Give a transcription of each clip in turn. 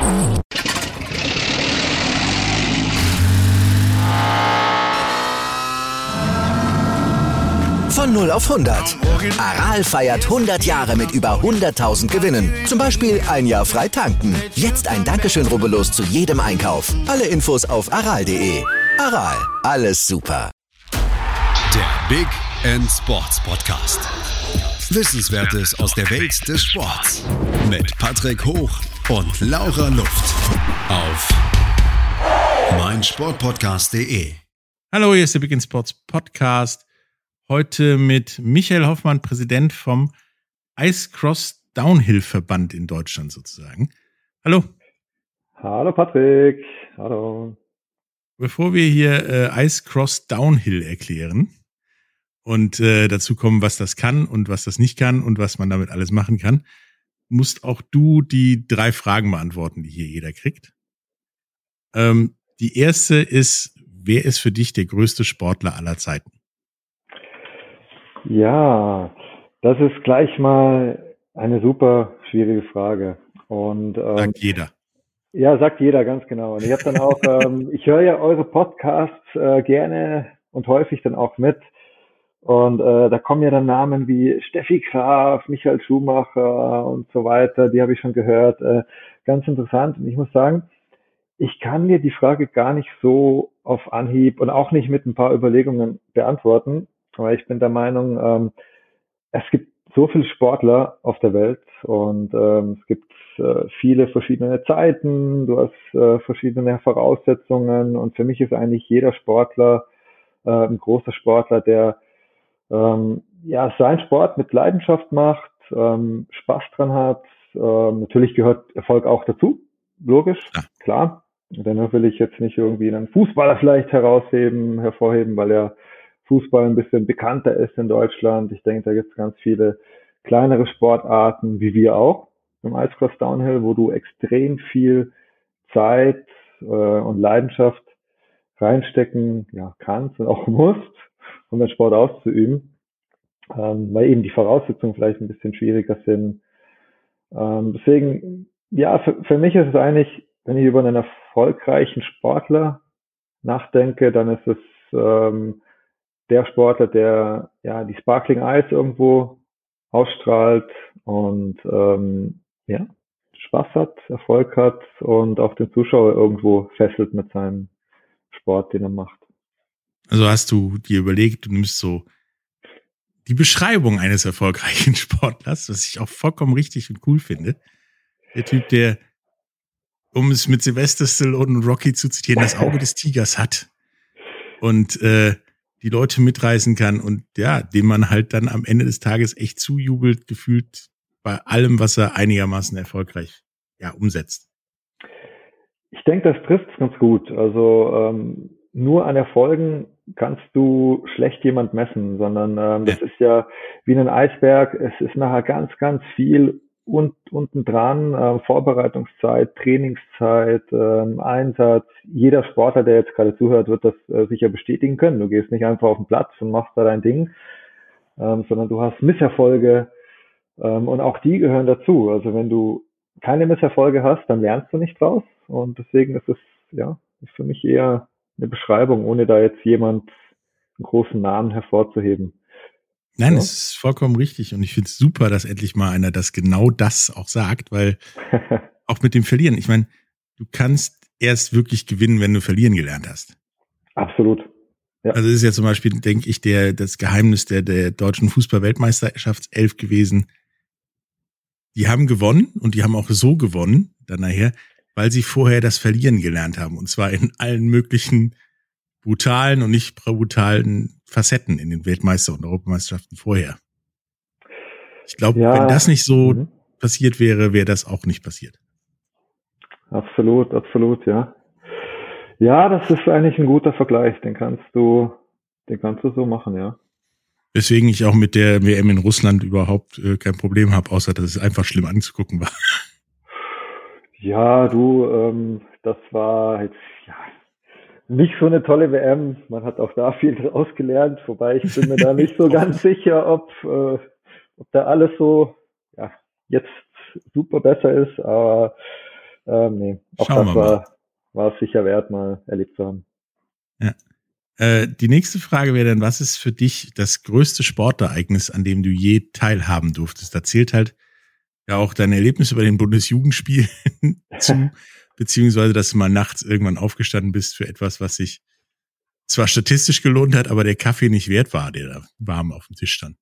Von 0 auf 100. Aral feiert 100 Jahre mit über 100.000 Gewinnen. Zum Beispiel ein Jahr frei tanken. Jetzt ein Dankeschön, rubbellos zu jedem Einkauf. Alle Infos auf aral.de. Aral, alles super. Der Big End Sports Podcast. Wissenswertes aus der Welt des Sports. Mit Patrick Hoch und Laura Luft. Auf meinsportpodcast.de. Hallo, hier ist der Big End Sports Podcast. Heute mit Michael Hoffmann, Präsident vom Ice Cross Downhill Verband in Deutschland sozusagen. Hallo. Hallo Patrick. Hallo. Bevor wir hier Ice Cross Downhill erklären und dazu kommen, was das kann und was das nicht kann und was man damit alles machen kann, musst auch du die 3 Fragen beantworten, die hier jeder kriegt. Die erste ist, wer ist für dich der größte Sportler aller Zeiten? Ja, das ist gleich mal eine super schwierige Frage. Und Sagt jeder. Ja, sagt jeder, ganz genau. Und ich habe dann auch, ich höre ja eure Podcasts gerne und häufig dann auch mit. Und da kommen ja dann Namen wie Steffi Graf, Michael Schumacher und so weiter. Die habe ich schon gehört. Ganz interessant. Und ich muss sagen, ich kann dir die Frage gar nicht so auf Anhieb und auch nicht mit ein paar Überlegungen beantworten. Weil ich bin der Meinung, es gibt so viele Sportler auf der Welt und es gibt viele verschiedene Zeiten, du hast verschiedene Voraussetzungen und für mich ist eigentlich jeder Sportler ein großer Sportler, der ja seinen Sport mit Leidenschaft macht, Spaß dran hat. Natürlich gehört Erfolg auch dazu, logisch, klar. Dennoch will ich jetzt nicht irgendwie einen Fußballer vielleicht hervorheben, weil er Fußball ein bisschen bekannter ist in Deutschland. Ich denke, da gibt es ganz viele kleinere Sportarten, wie wir auch im Ice Cross Downhill, wo du extrem viel Zeit und Leidenschaft reinstecken kannst und auch musst, um den Sport auszuüben, weil eben die Voraussetzungen vielleicht ein bisschen schwieriger sind. Deswegen, ja, für mich ist es eigentlich, wenn ich über einen erfolgreichen Sportler nachdenke, dann ist es der Sportler, der ja die Sparkling Eyes irgendwo ausstrahlt und Spaß hat, Erfolg hat und auch den Zuschauer irgendwo fesselt mit seinem Sport, den er macht. Also hast du dir überlegt, du nimmst so die Beschreibung eines erfolgreichen Sportlers, was ich auch vollkommen richtig und cool finde. Der Typ, der, um es mit Sylvester Stallone und Rocky zu zitieren, das Auge des Tigers hat und die Leute mitreißen kann und ja, dem man halt dann am Ende des Tages echt zujubelt, gefühlt bei allem, was er einigermaßen erfolgreich umsetzt. Ich denke, das trifft es ganz gut. Also nur an Erfolgen kannst du schlecht jemand messen, sondern das ist ja wie ein Eisberg. Es ist nachher ganz, ganz viel und unten dran, Vorbereitungszeit, Trainingszeit, Einsatz. Jeder Sportler, der jetzt gerade zuhört, wird das sicher bestätigen können. Du gehst nicht einfach auf den Platz und machst da dein Ding, sondern du hast Misserfolge und auch die gehören dazu. Also wenn du keine Misserfolge hast, dann lernst du nicht draus und deswegen ist es ist für mich eher eine Beschreibung, ohne da jetzt jemand einen großen Namen hervorzuheben. Nein, es ist vollkommen richtig und ich finde es super, dass endlich mal einer genau das auch sagt, weil auch mit dem Verlieren, ich meine, du kannst erst wirklich gewinnen, wenn du verlieren gelernt hast. Absolut. Ja. Also es ist ja zum Beispiel, denke ich, das Geheimnis der deutschen Fußball-Weltmeisterschaftself gewesen. Die haben gewonnen und die haben auch so gewonnen, dann nachher, weil sie vorher das Verlieren gelernt haben und zwar in allen möglichen brutalen und nicht brutalen Facetten in den Weltmeister- und Europameisterschaften vorher. Ich glaube, wenn das nicht so passiert wäre, wäre das auch nicht passiert. Absolut, ja. Ja, das ist eigentlich ein guter Vergleich. Den kannst du so machen, ja. Deswegen ich auch mit der WM in Russland überhaupt kein Problem habe, außer dass es einfach schlimm anzugucken war. Ja, das war jetzt nicht so eine tolle WM. Man hat auch da viel draus gelernt, wobei ich bin mir da nicht so ganz sicher, ob da alles so jetzt super besser ist. Aber Nee, auch Schauen das wir mal. war es sicher wert, mal erlebt zu haben. Ja. Die nächste Frage wäre dann, was ist für dich das größte Sportereignis, an dem du je teilhaben durftest? Da zählt halt ja auch dein Erlebnis bei den Bundesjugendspielen zu, beziehungsweise, dass du mal nachts irgendwann aufgestanden bist für etwas, was sich zwar statistisch gelohnt hat, aber der Kaffee nicht wert war, der da warm auf dem Tisch stand.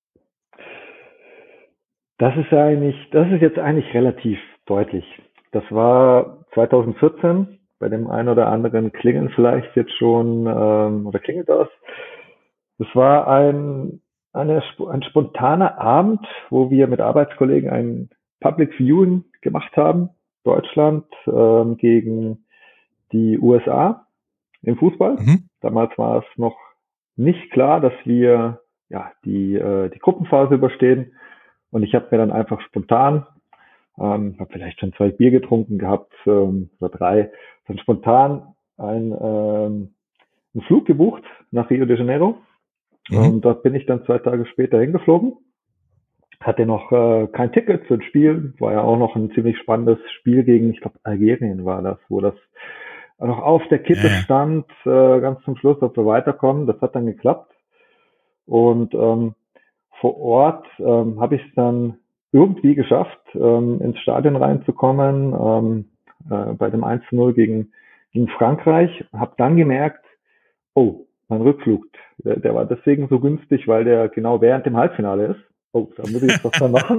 Das ist jetzt eigentlich relativ deutlich. Das war 2014, bei dem einen oder anderen klingeln vielleicht jetzt schon, oder klingelt das? Das war ein spontaner Abend, wo wir mit Arbeitskollegen ein Public Viewing gemacht haben. Deutschland gegen die USA im Fußball. Mhm. Damals war es noch nicht klar, dass wir die Gruppenphase überstehen. Und ich habe mir dann einfach spontan, habe vielleicht schon 2 Bier getrunken gehabt oder 3, dann spontan einen Flug gebucht nach Rio de Janeiro. Und da bin ich dann 2 Tage später hingeflogen. Hatte noch kein Ticket für das Spiel. War ja auch noch ein ziemlich spannendes Spiel gegen, ich glaube, Algerien war das, wo das noch auf der Kippe stand, ganz zum Schluss, ob wir weiterkommen. Das hat dann geklappt. Und vor Ort habe ich es dann irgendwie geschafft, ins Stadion reinzukommen, bei dem 1:0 gegen Frankreich. Habe dann gemerkt, oh, mein Rückflug, der war deswegen so günstig, weil der genau während dem Halbfinale ist. Oh, da muss ich jetzt was dran machen.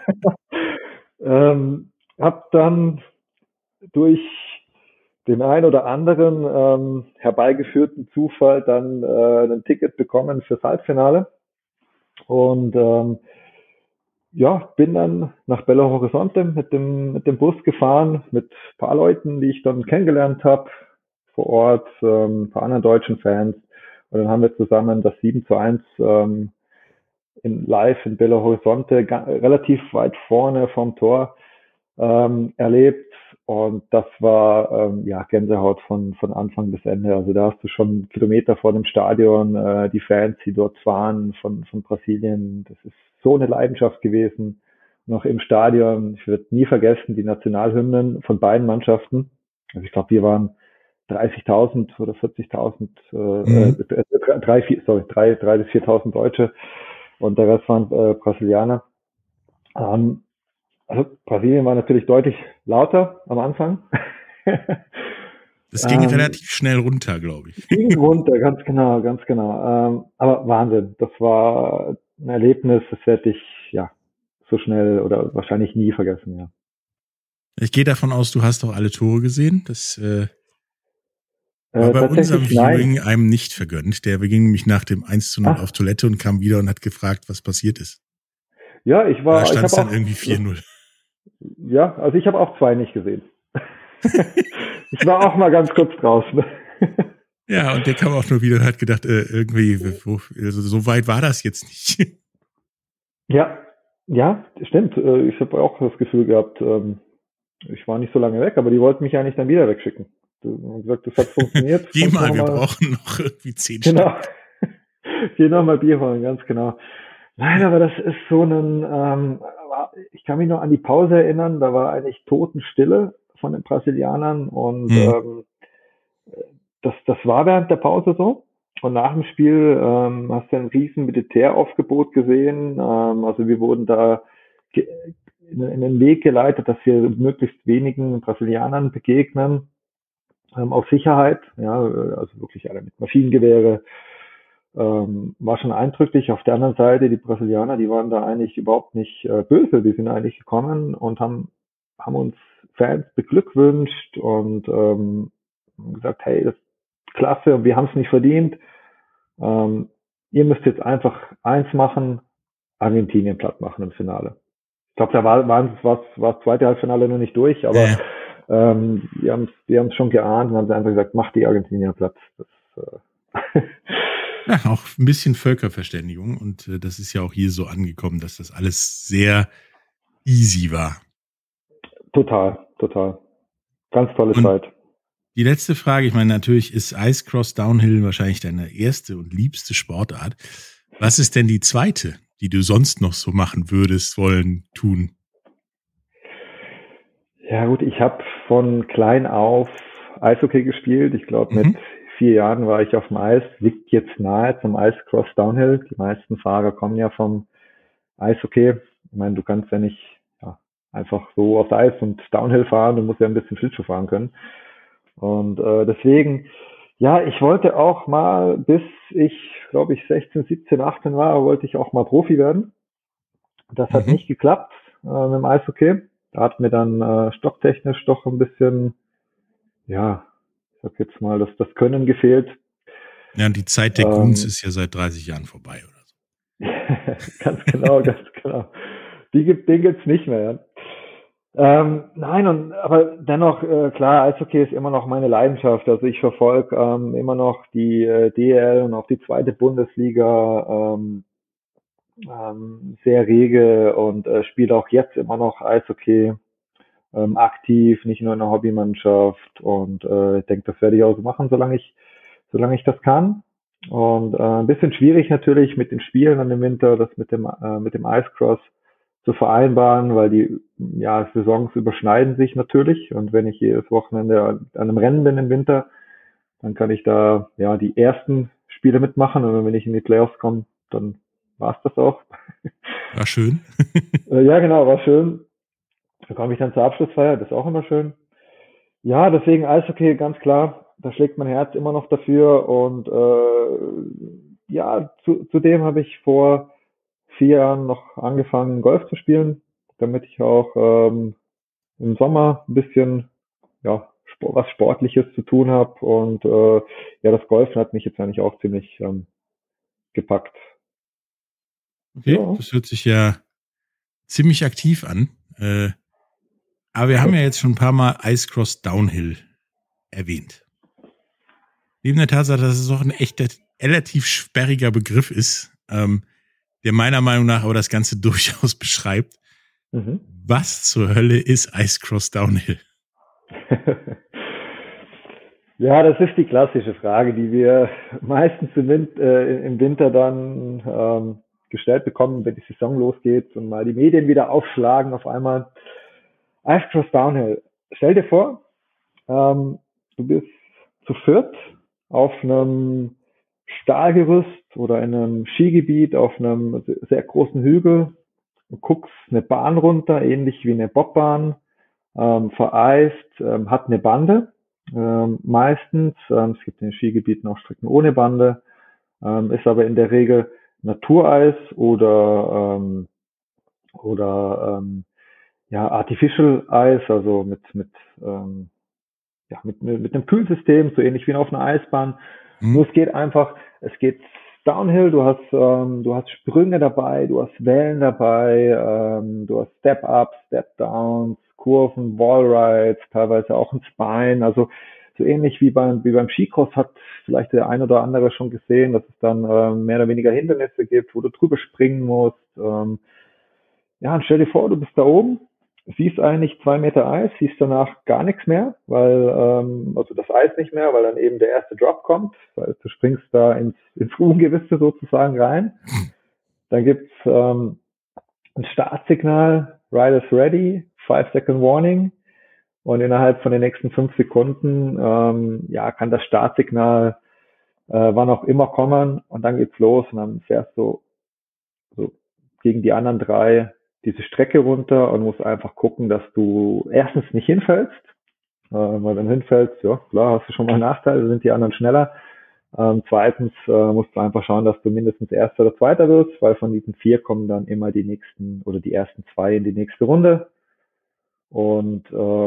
Habe dann durch den ein oder anderen herbeigeführten Zufall dann ein Ticket bekommen fürs Halbfinale. Und bin dann nach Belo Horizonte mit dem Bus gefahren, mit ein paar Leuten, die ich dann kennengelernt habe vor Ort, ein paar anderen deutschen Fans. Und dann haben wir zusammen das 7:1 live in Belo Horizonte, relativ weit vorne vom Tor, erlebt. Und das war Gänsehaut von Anfang bis Ende. Also da hast du schon Kilometer vor dem Stadion die Fans, die dort waren von Brasilien. Das ist so eine Leidenschaft gewesen. Noch im Stadion, ich werde nie vergessen, die Nationalhymnen von beiden Mannschaften. Also ich glaube, wir waren 30.000 oder 40.000, 3.000 bis 4.000 Deutsche und der Rest waren Brasilianer. Also Brasilien war natürlich deutlich lauter am Anfang. Das ging relativ schnell runter, glaube ich. Ging runter, ganz genau. Aber Wahnsinn, das war ein Erlebnis, das werde ich so schnell oder wahrscheinlich nie vergessen, ja. Ich gehe davon aus, du hast auch alle Tore gesehen. Das war bei unserem Viewing einem nicht vergönnt. Der ging nämlich nach dem 1:0 auf Toilette und kam wieder und hat gefragt, was passiert ist. Ja, Da stand es dann irgendwie 4:0. Ja, also ich habe auch 2 nicht gesehen. Ich war auch mal ganz kurz draußen. Ja, und der kam auch nur wieder und hat gedacht, irgendwie, also so weit war das jetzt nicht. Ja, stimmt. Ich habe auch das Gefühl gehabt, ich war nicht so lange weg, aber die wollten mich eigentlich dann wieder wegschicken. Du hast gesagt, das hat funktioniert. Geh mal, wir brauchen noch irgendwie 10 Genau. Geh noch mal Bier holen, ganz genau. Nein, aber das ist so ich kann mich noch an die Pause erinnern, da war eigentlich Totenstille von den Brasilianern und das war während der Pause so. Und nach dem Spiel hast du ein riesen Militäraufgebot gesehen. Also wir wurden da in den Weg geleitet, dass wir möglichst wenigen Brasilianern begegnen, auf Sicherheit. Ja, also wirklich alle mit Maschinengewehre. War schon eindrücklich. Auf der anderen Seite, die Brasilianer, die waren da eigentlich überhaupt nicht böse. Die sind eigentlich gekommen und haben uns Fans beglückwünscht und gesagt, hey, das ist klasse und wir haben es nicht verdient. Ihr müsst jetzt einfach eins machen, Argentinien platt machen im Finale. Ich glaube, da war das zweite Halbfinale noch nicht durch, aber die haben es schon geahnt und haben einfach gesagt, macht die Argentinier platt. Ja, auch ein bisschen Völkerverständigung und das ist ja auch hier so angekommen, dass das alles sehr easy war. Total. Ganz tolle Zeit. Die letzte Frage, ich meine, natürlich ist Ice Cross Downhill wahrscheinlich deine erste und liebste Sportart. Was ist denn die zweite, die du sonst noch so machen würdest, wollen, tun? Ja gut, ich habe von klein auf Eishockey gespielt. Ich glaube, mit Mhm. 4 Jahren war ich auf dem Eis. Liegt jetzt nahe zum Ice Cross Downhill. Die meisten Fahrer kommen ja vom Eishockey. Ich meine, du kannst ja nicht ja, einfach so aufs Eis und Downhill fahren. Du musst ja ein bisschen Schlittschuh fahren können. Und deswegen, ja, ich wollte auch mal, bis ich, glaube ich, 16, 17, 18 war, wollte ich auch mal Profi werden. Das hat Mhm. nicht geklappt mit dem Eishockey. Da hat mir dann stocktechnisch doch ein bisschen, ja, ich sag jetzt mal, das Können gefehlt. Ja, und die Zeit der Goons Ähm, ist ja seit 30 Jahren vorbei oder so. ganz genau, ganz genau. Den gibt's nicht mehr. Ja. Nein, aber dennoch, klar, Eishockey ist immer noch meine Leidenschaft. Also ich verfolge immer noch die DL und auch die zweite Bundesliga sehr rege und spiele auch jetzt immer noch Eishockey aktiv, nicht nur in der Hobbymannschaft. Und ich denke, das werde ich auch so machen, solange ich das kann. Und ein bisschen schwierig natürlich mit den Spielen an dem Winter, das mit dem Icecross zu vereinbaren, weil die ja, Saisons überschneiden sich natürlich. Und wenn ich jedes Wochenende an einem Rennen bin im Winter, dann kann ich da ja die ersten Spiele mitmachen. Und wenn ich in die Playoffs komme, dann war's das auch. War schön. Ja, genau, war schön. Da komme ich dann zur Abschlussfeier, das ist auch immer schön. Ja, deswegen Eishockey, ganz klar, da schlägt mein Herz immer noch dafür. Und ja, zudem habe ich vor 4 Jahren noch angefangen, Golf zu spielen, damit ich auch im Sommer ein bisschen ja, was Sportliches zu tun habe. Und ja, das Golfen hat mich jetzt eigentlich auch ziemlich gepackt. Okay, Ja. das hört sich ja ziemlich aktiv an. Aber wir haben ja jetzt schon ein paar Mal Ice Cross Downhill erwähnt. Neben der Tatsache, dass es auch ein echter, relativ sperriger Begriff ist, der meiner Meinung nach aber das Ganze durchaus beschreibt. Mhm. Was zur Hölle ist Ice Cross Downhill? Ja, das ist die klassische Frage, die wir meistens im Winter dann gestellt bekommen, wenn die Saison losgeht und mal die Medien wieder aufschlagen auf einmal. Ice Cross Downhill. Stell dir vor, du bist zu viert auf einem Stahlgerüst oder in einem Skigebiet auf einem sehr großen Hügel. Du guckst eine Bahn runter, ähnlich wie eine Bobbahn, vereist, hat eine Bande. Meistens, es gibt in den Skigebieten auch Strecken ohne Bande, ist aber in der Regel Natureis oder ja, Artificial Eis, also ja, mit einem Kühlsystem, so ähnlich wie auf einer Eisbahn. Hm? Nur es geht Downhill, du hast Sprünge dabei, du hast Wellen dabei, du hast Step-Ups, Step-Downs, Kurven, Wallrides, teilweise auch ein Spine, also so ähnlich wie beim Skicross hat vielleicht der ein oder andere schon gesehen, dass es dann mehr oder weniger Hindernisse gibt, wo du drüber springen musst. Ja, und stell dir vor, du bist da oben, siehst eigentlich 2 Meter Eis, siehst danach gar nichts mehr, also das Eis nicht mehr, weil dann eben der erste Drop kommt, weil du springst da ins Ungewisse sozusagen rein. Dann gibt's ein Startsignal, Riders ready, 5-Second Warning. Und innerhalb von den nächsten 5 Sekunden ja, kann das Startsignal wann auch immer kommen und dann geht's los und dann fährst du so gegen die anderen drei diese Strecke runter und musst einfach gucken, dass du erstens nicht hinfällst, weil wenn du hinfällst, ja klar, hast du schon mal Nachteile, sind die anderen schneller. Zweitens musst du einfach schauen, dass du mindestens Erster oder Zweiter wirst, weil von diesen 4 kommen dann immer die nächsten oder die ersten 2 in die nächste Runde. Und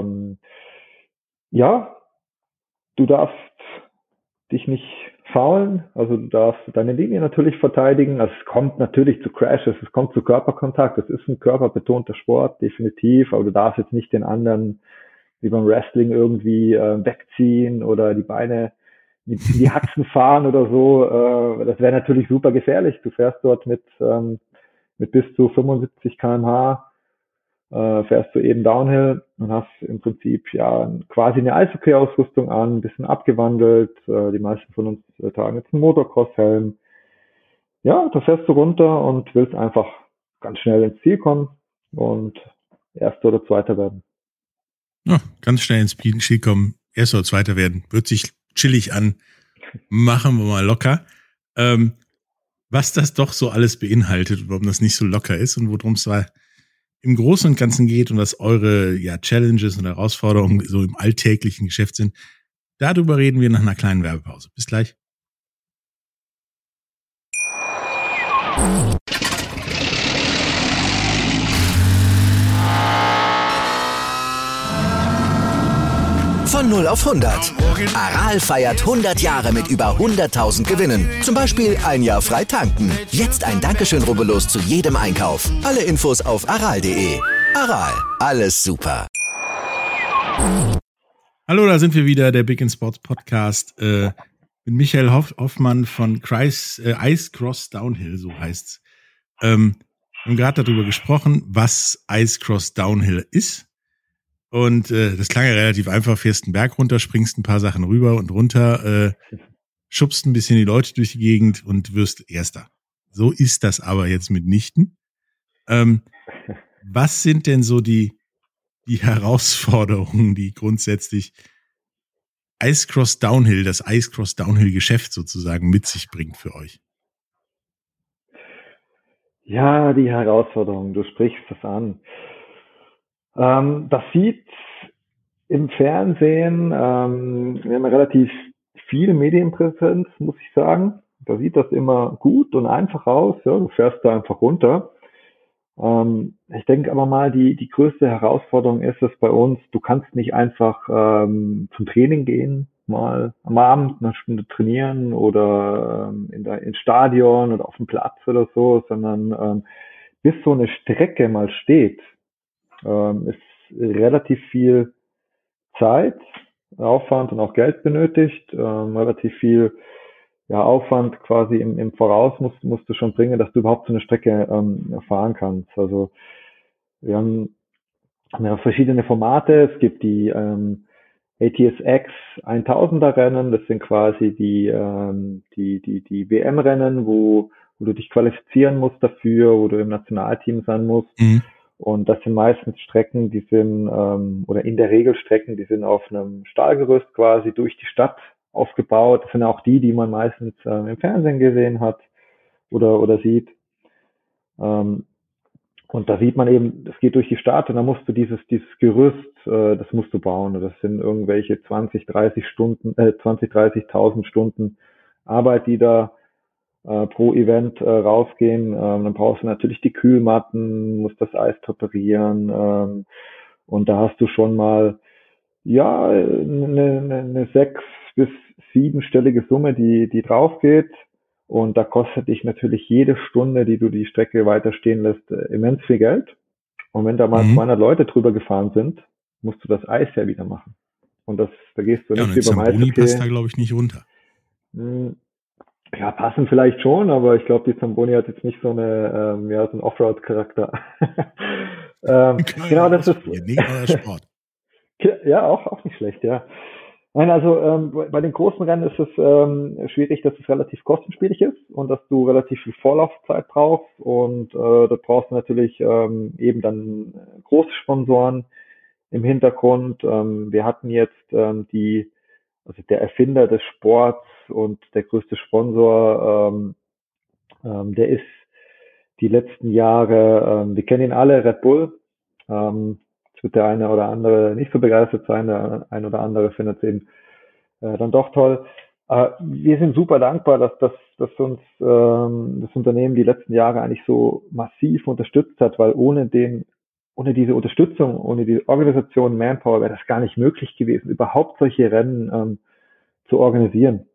ja, du darfst dich nicht faulen, also du darfst deine Linie natürlich verteidigen. Also es kommt natürlich zu Crashes, es kommt zu Körperkontakt. Es ist ein körperbetonter Sport, definitiv, aber du darfst jetzt nicht den anderen wie beim Wrestling irgendwie wegziehen oder die Beine in die Haxen fahren oder so. Das wäre natürlich super gefährlich. Du fährst dort mit bis zu 75 km/h fährst du eben Downhill und hast im Prinzip ja quasi eine Eishockey-Ausrüstung an, ein bisschen abgewandelt. Die meisten von uns tragen jetzt einen Motocross-Helm. Ja, da fährst du runter und willst einfach ganz schnell ins Ziel kommen und Erster oder Zweiter werden. Ja, ganz schnell ins Spiel kommen, Erster oder Zweiter werden, wird sich chillig an, machen wir mal locker. Was das doch so alles beinhaltet und warum das nicht so locker ist und worum es zwar im Großen und Ganzen geht und was eure Challenges und Herausforderungen so im alltäglichen Geschäft sind, darüber reden wir nach einer kleinen Werbepause. Bis gleich. Von 0 auf 100. Aral feiert 100 Jahre mit über 100.000 Gewinnen. Zum Beispiel ein Jahr frei tanken. Jetzt ein Dankeschön, rubbellos zu jedem Einkauf. Alle Infos auf aral.de. Aral, alles super. Hallo, da sind wir wieder, der Big in Sports Podcast mit Michael Hoffmann von Ice Cross Downhill, so heißt's. Wir haben gerade darüber gesprochen, was Ice Cross Downhill ist. Und das klang ja relativ einfach, fährst einen Berg runter, springst ein paar Sachen rüber und runter, schubst ein bisschen die Leute durch die Gegend und wirst Erster. So ist das aber jetzt mitnichten. Was sind denn so die Herausforderungen, die grundsätzlich Ice Cross Downhill, das Ice Cross Downhill Geschäft sozusagen mit sich bringt für euch? Ja, die Herausforderung, du sprichst das an. Das sieht im Fernsehen, wir haben relativ viel Medienpräsenz, muss ich sagen. Da sieht das immer gut und einfach aus. Ja, du fährst da einfach runter. Ich denke aber mal, die größte Herausforderung ist es bei uns, du kannst nicht einfach zum Training gehen, mal am Abend eine Stunde trainieren oder ins Stadion oder auf dem Platz oder so, sondern bis so eine Strecke mal steht, ist relativ viel Zeit, Aufwand und auch Geld benötigt, relativ viel Aufwand quasi im Voraus musst du schon bringen, dass du überhaupt so eine Strecke fahren kannst. Also wir haben verschiedene Formate. Es gibt die ATSX 1000er Rennen, das sind quasi die WM-Rennen, wo du dich qualifizieren musst dafür, wo du im Nationalteam sein musst. Mhm. Und das sind meistens Strecken, die sind, oder in der Regel Strecken, die sind auf einem Stahlgerüst quasi durch die Stadt aufgebaut. Das sind auch die man meistens im Fernsehen gesehen hat oder sieht. Und da sieht man eben, das geht durch die Stadt und dann musst du dieses Gerüst, das musst du bauen. Und das sind irgendwelche 30.000 Stunden Arbeit, die da pro Event rausgehen. Dann brauchst du natürlich die Kühlmatten, musst das Eis präparieren. Und da hast du schon mal eine 6- bis 7-stellige Summe, die drauf geht. Und da kostet dich natürlich jede Stunde, die du die Strecke weiter stehen lässt, immens viel Geld. Und wenn da mal 200 Leute drüber gefahren sind, musst du das Eis ja wieder machen. Und da gehst du nicht und über Zamboni passt da, glaube ich, nicht runter. Ja, passen vielleicht schon, aber ich glaube, die Zamboni hat jetzt nicht so so einen Offroad-Charakter. Genau, das ist Sport. Ja, auch nicht schlecht, ja. Nein, also bei den großen Rennen ist es schwierig, dass es relativ kostenspielig ist und dass du relativ viel Vorlaufzeit brauchst und da brauchst du natürlich eben dann große Sponsoren im Hintergrund. Wir hatten jetzt also der Erfinder des Sports und der größte Sponsor, der ist die letzten Jahre, wir kennen ihn alle, Red Bull. Jetzt wird der eine oder andere nicht so begeistert sein, der ein oder andere findet es eben dann doch toll. Wir sind super dankbar, dass uns das Unternehmen die letzten Jahre eigentlich so massiv unterstützt hat, weil ohne diese Unterstützung, ohne die Organisation Manpower wäre das gar nicht möglich gewesen, überhaupt solche Rennen zu organisiern.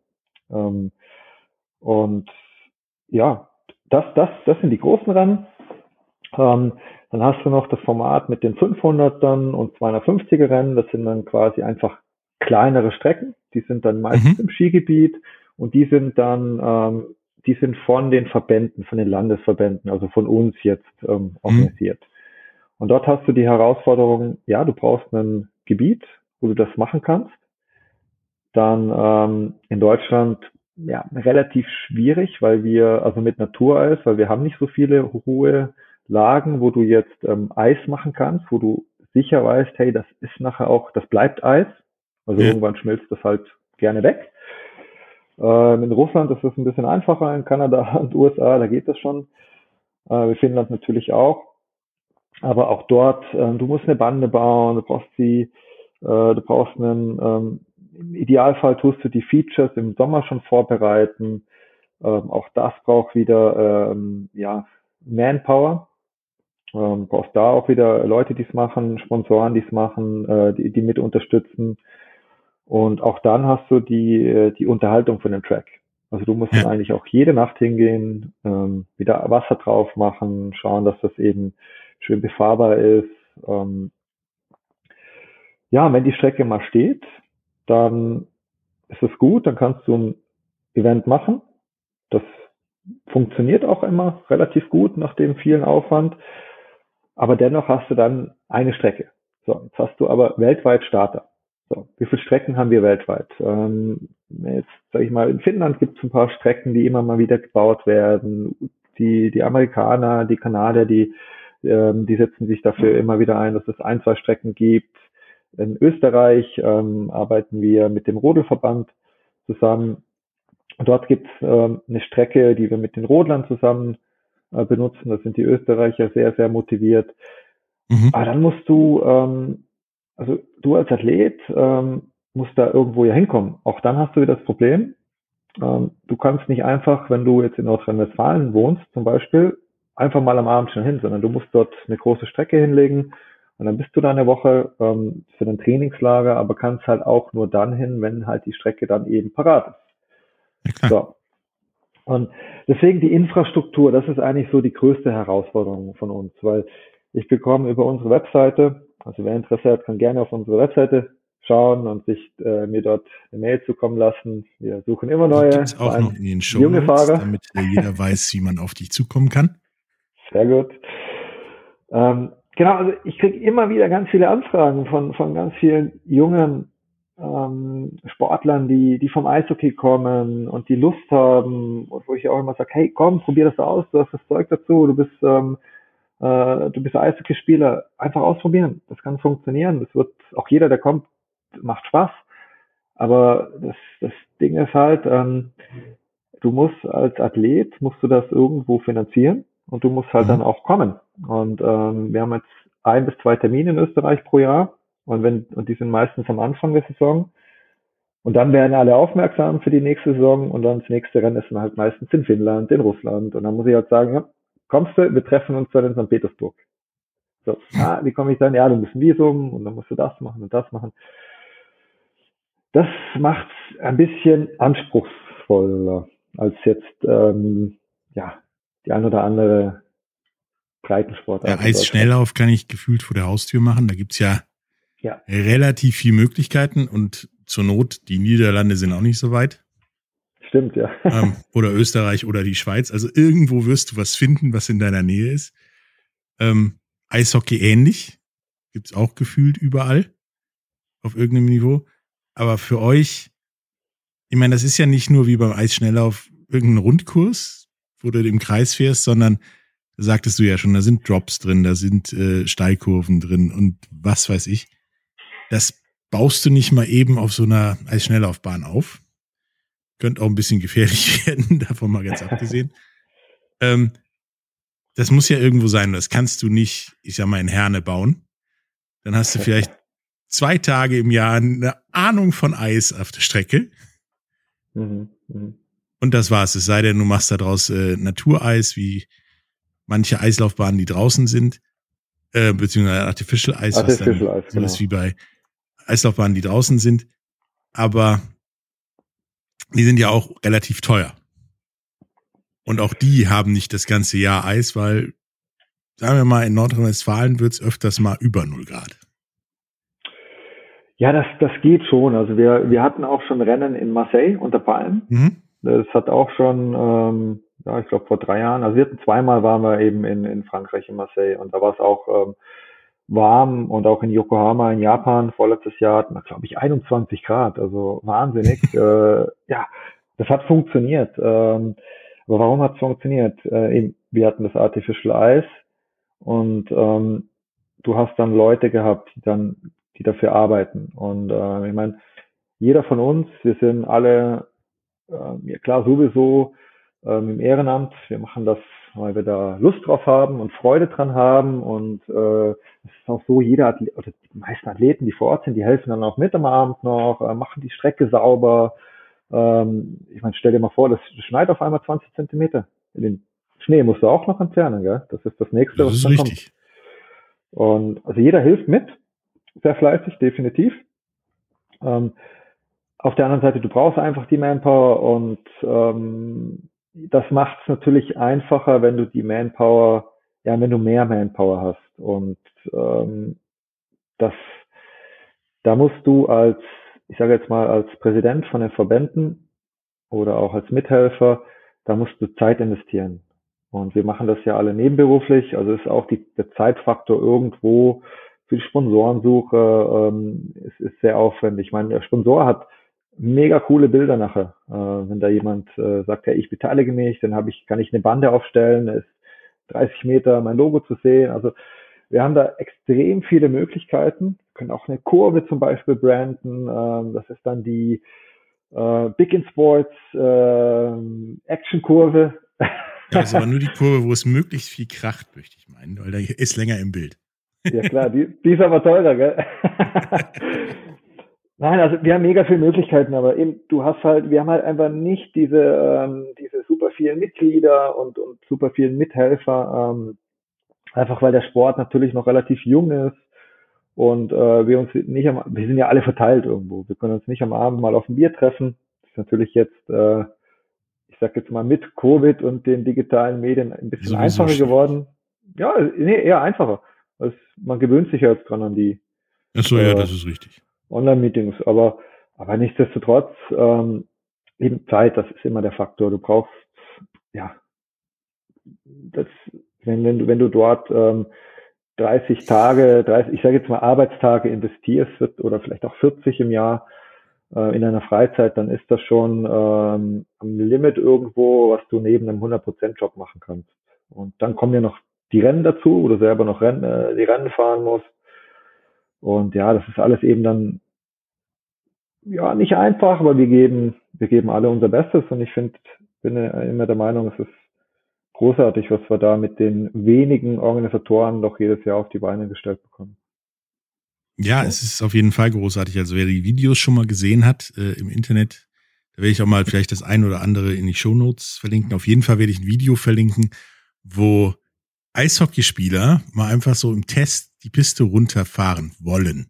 Und ja, das sind die großen Rennen. Dann hast du noch das Format mit den 500ern und 250er Rennen. Das sind dann quasi einfach kleinere Strecken. Die sind dann meistens im Skigebiet und die sind dann, die sind von den Verbänden, von den Landesverbänden, also von uns jetzt organisiert. Und dort hast du die Herausforderung, du brauchst ein Gebiet, wo du das machen kannst. Dann in Deutschland relativ schwierig, weil wir, mit Natureis, weil wir haben nicht so viele hohe Lagen, wo du jetzt Eis machen kannst, wo du sicher weißt, hey, das ist nachher auch, das bleibt Eis. Also irgendwann schmilzt das halt gerne weg. In Russland ist das ein bisschen einfacher, in Kanada und USA, da geht das schon. In Finnland natürlich auch. Aber auch dort, du musst eine Bande bauen, du brauchst im Idealfall tust du die Features im Sommer schon vorbereiten. Auch das braucht wieder, Manpower. Brauchst da auch wieder Leute, die es machen, Sponsoren, die es machen, die mit unterstützen. Und auch dann hast du die Unterhaltung von dem Track. Also du musst dann eigentlich auch jede Nacht hingehen, wieder Wasser drauf machen, schauen, dass das eben schön befahrbar ist. Wenn die Strecke mal steht, dann ist es gut, dann kannst du ein Event machen. Das funktioniert auch immer relativ gut nach dem vielen Aufwand. Aber dennoch hast du dann eine Strecke. So, jetzt hast du aber weltweit Starter. So, wie viele Strecken haben wir weltweit? Jetzt sage ich mal, in Finnland gibt es ein paar Strecken, die immer mal wieder gebaut werden. Die Amerikaner, die Kanadier, die setzen sich dafür immer wieder ein, dass es 1, 2 Strecken gibt. In Österreich arbeiten wir mit dem Rodelverband zusammen. Dort gibt es eine Strecke, die wir mit den Rodlern zusammen benutzen. Da sind die Österreicher sehr, sehr motiviert. Aber dann musst du, also du als Athlet musst da irgendwo ja hinkommen. Auch dann hast du wieder das Problem, du kannst nicht einfach, wenn du jetzt in Nordrhein-Westfalen wohnst zum Beispiel, einfach mal am Abend schon hin, sondern du musst dort eine große Strecke hinlegen und dann bist du da eine Woche für ein Trainingslager, aber kannst halt auch nur dann hin, wenn halt die Strecke dann eben parat ist. So. Und deswegen die Infrastruktur, das ist eigentlich so die größte Herausforderung von uns, weil ich bekomme über unsere Webseite, also wer Interesse hat, kann gerne auf unsere Webseite schauen und sich mir dort eine Mail zukommen lassen. Wir suchen immer neue, auch noch in den junge Fahrer, damit jeder weiß, wie man auf dich zukommen kann. Sehr gut. Genau, also ich kriege immer wieder ganz viele Anfragen von ganz vielen jungen Sportlern, die vom Eishockey kommen und die Lust haben und wo ich auch immer sage, hey, komm, probier das aus, du hast das Zeug dazu, du bist Eishockeyspieler, einfach ausprobieren, das kann funktionieren, das wird auch jeder, der kommt, macht Spaß, aber das Ding ist halt, du musst als Athlet, musst du das irgendwo finanzieren und du musst halt dann auch kommen und wir haben jetzt 1 bis 2 Termine in Österreich pro Jahr. Und die sind meistens am Anfang der Saison. Und dann werden alle aufmerksam für die nächste Saison und dann das nächste Rennen ist dann halt meistens in Finnland, in Russland. Und dann muss ich halt sagen, ja, kommst du, wir treffen uns dann in St. Petersburg. So, wie komme ich dann? Ja, du musst ein Visum und dann musst du das machen und das machen. Das macht es ein bisschen anspruchsvoller als jetzt, die ein oder andere Breitensportart. Ja, Eisschnelllauf kann ich gefühlt vor der Haustür machen. Da gibt's ja relativ viele Möglichkeiten und zur Not, die Niederlande sind auch nicht so weit. Stimmt, ja. Oder Österreich oder die Schweiz. Also irgendwo wirst du was finden, was in deiner Nähe ist. Eishockey ähnlich. Gibt's auch gefühlt überall. Auf irgendeinem Niveau. Aber für euch, ich meine, das ist ja nicht nur wie beim Eisschnelllauf irgendein Rundkurs, wo du im Kreis fährst, sondern sagtest du ja schon, da sind Drops drin, da sind Steilkurven drin und was weiß ich. Das baust du nicht mal eben auf so einer Eisschnelllaufbahn auf. Könnte auch ein bisschen gefährlich werden, davon mal ganz abgesehen. Das muss ja irgendwo sein. Das kannst du nicht, ich sag mal, in Herne bauen. Dann hast du vielleicht 2 Tage im Jahr eine Ahnung von Eis auf der Strecke. Und das war's. Es sei denn, du machst da draus Natureis, wie manche Eislaufbahnen, die draußen sind, beziehungsweise Artificial Eis, was dann so ist wie bei Eislaufbahnen, die draußen sind. Aber die sind ja auch relativ teuer. Und auch die haben nicht das ganze Jahr Eis, weil, sagen wir mal, in Nordrhein-Westfalen wird es öfters mal über 0 Grad. Ja, das geht schon. Also wir hatten auch schon Rennen in Marseille unter Palmen. Das hat auch schon, ich glaube vor 3 Jahren, also wir hatten 2-mal waren wir eben in Frankreich, in Marseille und da war es auch warm und auch in Yokohama in Japan vorletztes Jahr hatten wir, glaube ich, 21 Grad, also wahnsinnig. Das hat funktioniert. Aber warum hat es funktioniert? Wir hatten das Artificial Eis und du hast dann Leute gehabt, die dafür arbeiten. Und ich meine, jeder von uns, wir sind alle, ja klar, sowieso im Ehrenamt. Wir machen das, weil wir da Lust drauf haben und Freude dran haben. Und es ist auch so, jeder Athlet, oder die meisten Athleten, die vor Ort sind, die helfen dann auch mit am Abend noch, machen die Strecke sauber. Ich meine, stell dir mal vor, das schneit auf einmal 20 Zentimeter. Den Schnee musst du auch noch entfernen, gell? Das ist das Nächste, Das was ist dann richtig. kommt. Und also jeder hilft mit, sehr fleißig, definitiv. Auf der anderen Seite, du brauchst einfach die Manpower und das macht es natürlich einfacher, wenn du die Manpower, ja, wenn du mehr Manpower hast. Und das, da musst du als, ich sage jetzt mal, als Präsident von den Verbänden oder auch als Mithelfer, da musst du Zeit investieren. Und wir machen das ja alle nebenberuflich, also ist auch der Zeitfaktor irgendwo für die Sponsorensuche, ist sehr aufwendig. Ich meine, der Sponsor hat mega coole Bilder nachher. Wenn da jemand sagt, ja, ich beteilige mich, dann kann ich eine Bande aufstellen, da ist 30 Meter mein Logo zu sehen. Also wir haben da extrem viele Möglichkeiten. Wir können auch eine Kurve zum Beispiel branden. Das ist dann die Big in Sports Action-Kurve. Ja, das ist aber nur die Kurve, wo es möglichst viel kracht, möchte ich meinen, weil da ist länger im Bild. Ja klar, die ist aber teurer, gell? Nein, also wir haben mega viele Möglichkeiten, aber eben, wir haben halt einfach nicht diese super vielen Mitglieder und super vielen Mithelfer, einfach weil der Sport natürlich noch relativ jung ist und wir sind ja alle verteilt irgendwo. Wir können uns nicht am Abend mal auf ein Bier treffen. Das ist natürlich jetzt, ich sag jetzt mal mit Covid und den digitalen Medien ein bisschen Sowieso einfacher geworden. Ja, nee, eher einfacher. Man gewöhnt sich ja jetzt dran an die Ach so, ja, das ist richtig. Online-Meetings, aber nichtsdestotrotz, eben Zeit, das ist immer der Faktor. Du brauchst, ja, wenn du dort 30 Tage, ich sage jetzt mal Arbeitstage investierst oder vielleicht auch 40 im Jahr in deiner Freizeit, dann ist das schon am Limit irgendwo, was du neben einem 100%-Job machen kannst. Und dann kommen ja noch die Rennen dazu, wo du selber noch die Rennen fahren musst. Und ja, das ist alles eben dann, ja, nicht einfach, aber wir geben alle unser Bestes und bin immer der Meinung, es ist großartig, was wir da mit den wenigen Organisatoren doch jedes Jahr auf die Beine gestellt bekommen. Ja, es ist auf jeden Fall großartig. Also wer die Videos schon mal gesehen hat im Internet, da werde ich auch mal vielleicht das ein oder andere in die Shownotes verlinken. Auf jeden Fall werde ich ein Video verlinken, wo Eishockeyspieler mal einfach so im Test die Piste runterfahren wollen.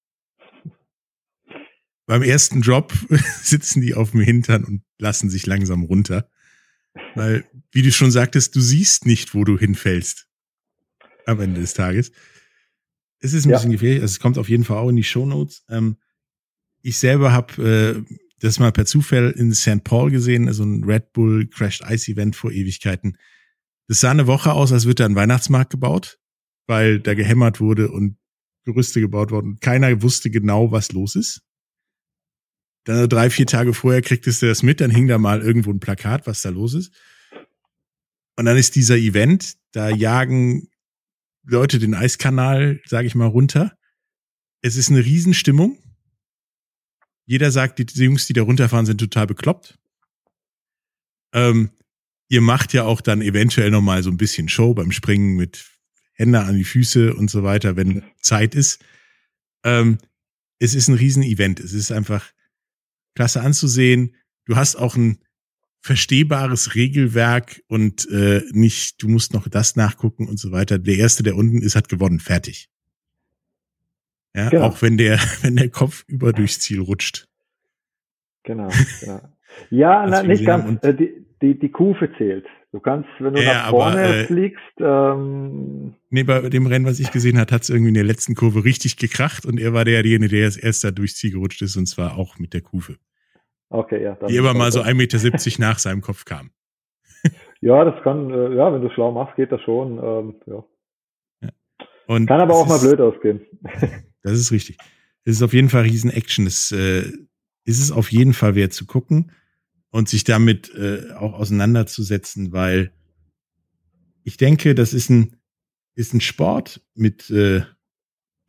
Beim ersten Drop sitzen die auf dem Hintern und lassen sich langsam runter. Weil, wie du schon sagtest, du siehst nicht, wo du hinfällst am Ende des Tages. Es ist ein bisschen gefährlich, also es kommt auf jeden Fall auch in die Shownotes. Ich selber habe das mal per Zufall in St. Paul gesehen, also ein Red Bull Crashed Ice Event vor Ewigkeiten. Das sah eine Woche aus, als würde da ein Weihnachtsmarkt gebaut, weil da gehämmert wurde und Gerüste gebaut wurden. Keiner wusste genau, was los ist. Dann 3-4 Tage vorher kriegtest du das mit, dann hing da mal irgendwo ein Plakat, was da los ist. Und dann ist dieser Event, da jagen Leute den Eiskanal, sage ich mal, runter. Es ist eine Riesenstimmung. Jeder sagt, die Jungs, die da runterfahren, sind total bekloppt. Ihr macht ja auch dann eventuell noch mal so ein bisschen Show beim Springen mit Hände an die Füße und so weiter, wenn Zeit ist. Es ist ein Riesen-Event. Es ist einfach klasse anzusehen. Du hast auch ein verstehbares Regelwerk und nicht, du musst noch das nachgucken und so weiter. Der Erste, der unten ist, hat gewonnen. Fertig. Ja, genau. Auch wenn der Kopf durchs Ziel rutscht. Genau. Ja, nicht ganz. Die Kufe zählt. Du kannst, wenn du nach vorne fliegst. Nee, bei dem Rennen, was ich gesehen habe, hat es irgendwie in der letzten Kurve richtig gekracht und er war derjenige, der als erster durchs Ziel gerutscht ist und zwar auch mit der Kufe. Okay, ja. Die immer mal so 1,70 Meter nach seinem Kopf kam. Ja, das kann, wenn du schlau machst, geht das schon. Ja. Und kann aber auch mal blöd ausgehen. Das ist richtig. Es ist auf jeden Fall Riesen-Action. Es ist auf jeden Fall wert zu gucken und sich damit auch auseinanderzusetzen, weil ich denke, das ist ein Sport mit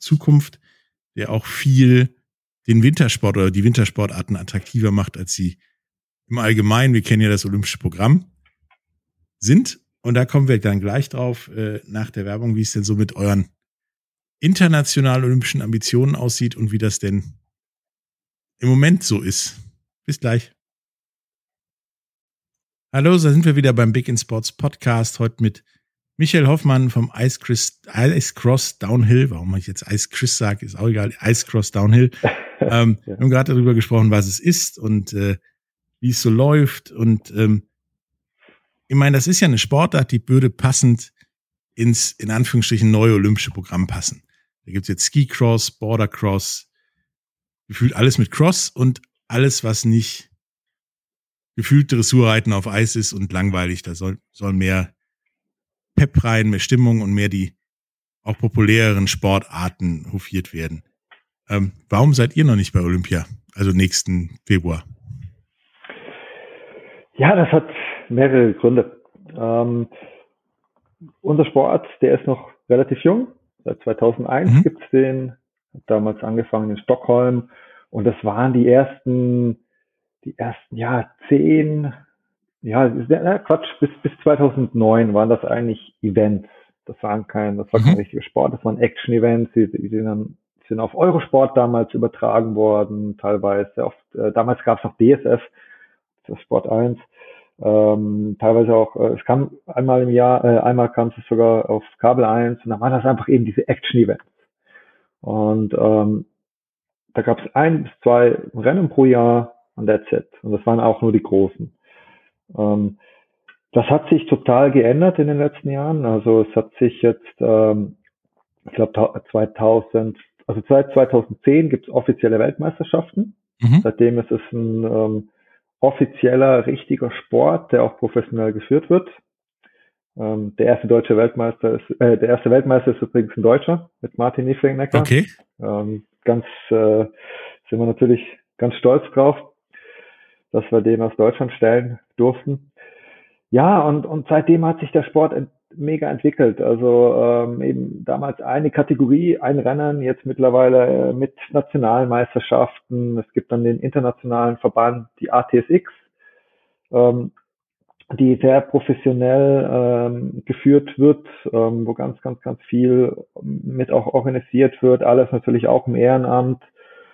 Zukunft, der auch viel den Wintersport oder die Wintersportarten attraktiver macht, als sie im Allgemeinen, wir kennen ja das olympische Programm, sind. Und da kommen wir dann gleich drauf, nach der Werbung, wie es denn so mit euren internationalen olympischen Ambitionen aussieht und wie das denn im Moment so ist. Bis gleich. Hallo, da sind wir wieder beim Big in Sports Podcast, heute mit Michael Hoffmann vom Ice Cross Downhill. Warum ich jetzt Ice Chris sage, ist auch egal. Ice Cross Downhill. Wir haben gerade darüber gesprochen, was es ist und wie es so läuft. Und ich meine, das ist ja eine Sportart, die würde passend ins, in Anführungsstrichen, neue olympische Programm passen. Da gibt es jetzt Ski Cross, Border Cross, gefühlt alles mit Cross und alles, was nicht gefühlt Dressurreiten auf Eis ist und langweilig. Da soll mehr Pep rein, mehr Stimmung und mehr die auch populäreren Sportarten hofiert werden. Warum seid ihr noch nicht bei Olympia? Also nächsten Februar. Ja, das hat mehrere Gründe. Unser Sport, der ist noch relativ jung. Seit 2001 gibt's den. Hat damals angefangen in Stockholm. Und das waren die ersten 10, bis 2009 waren das eigentlich Events. Das war kein richtiger Sport, das waren Action-Events, die sind auf Eurosport damals übertragen worden, teilweise damals gab es noch DSF, das Sport 1, teilweise auch, es kam einmal im Jahr, einmal kam es sogar auf Kabel 1 und dann waren das einfach eben diese Action-Events. Und da gab es 1 bis 2 Rennen pro Jahr und that's it. Und das waren auch nur die großen. Das hat sich total geändert in den letzten Jahren. Also es hat sich jetzt, ich glaube seit 2010 gibt es offizielle Weltmeisterschaften. Seitdem ist es ein offizieller, richtiger Sport, der auch professionell geführt wird. Der erste Weltmeister ist übrigens ein Deutscher mit Martin Niefenegger. Okay. Sind wir natürlich ganz stolz drauf, dass wir den aus Deutschland stellen durften. Ja, und seitdem hat sich der Sport mega entwickelt. Also eben damals eine Kategorie, ein Rennen, jetzt mittlerweile mit Nationalmeisterschaften. Es gibt dann den internationalen Verband, die ATSX, die sehr professionell geführt wird, wo ganz viel mit auch organisiert wird. Alles natürlich auch im Ehrenamt.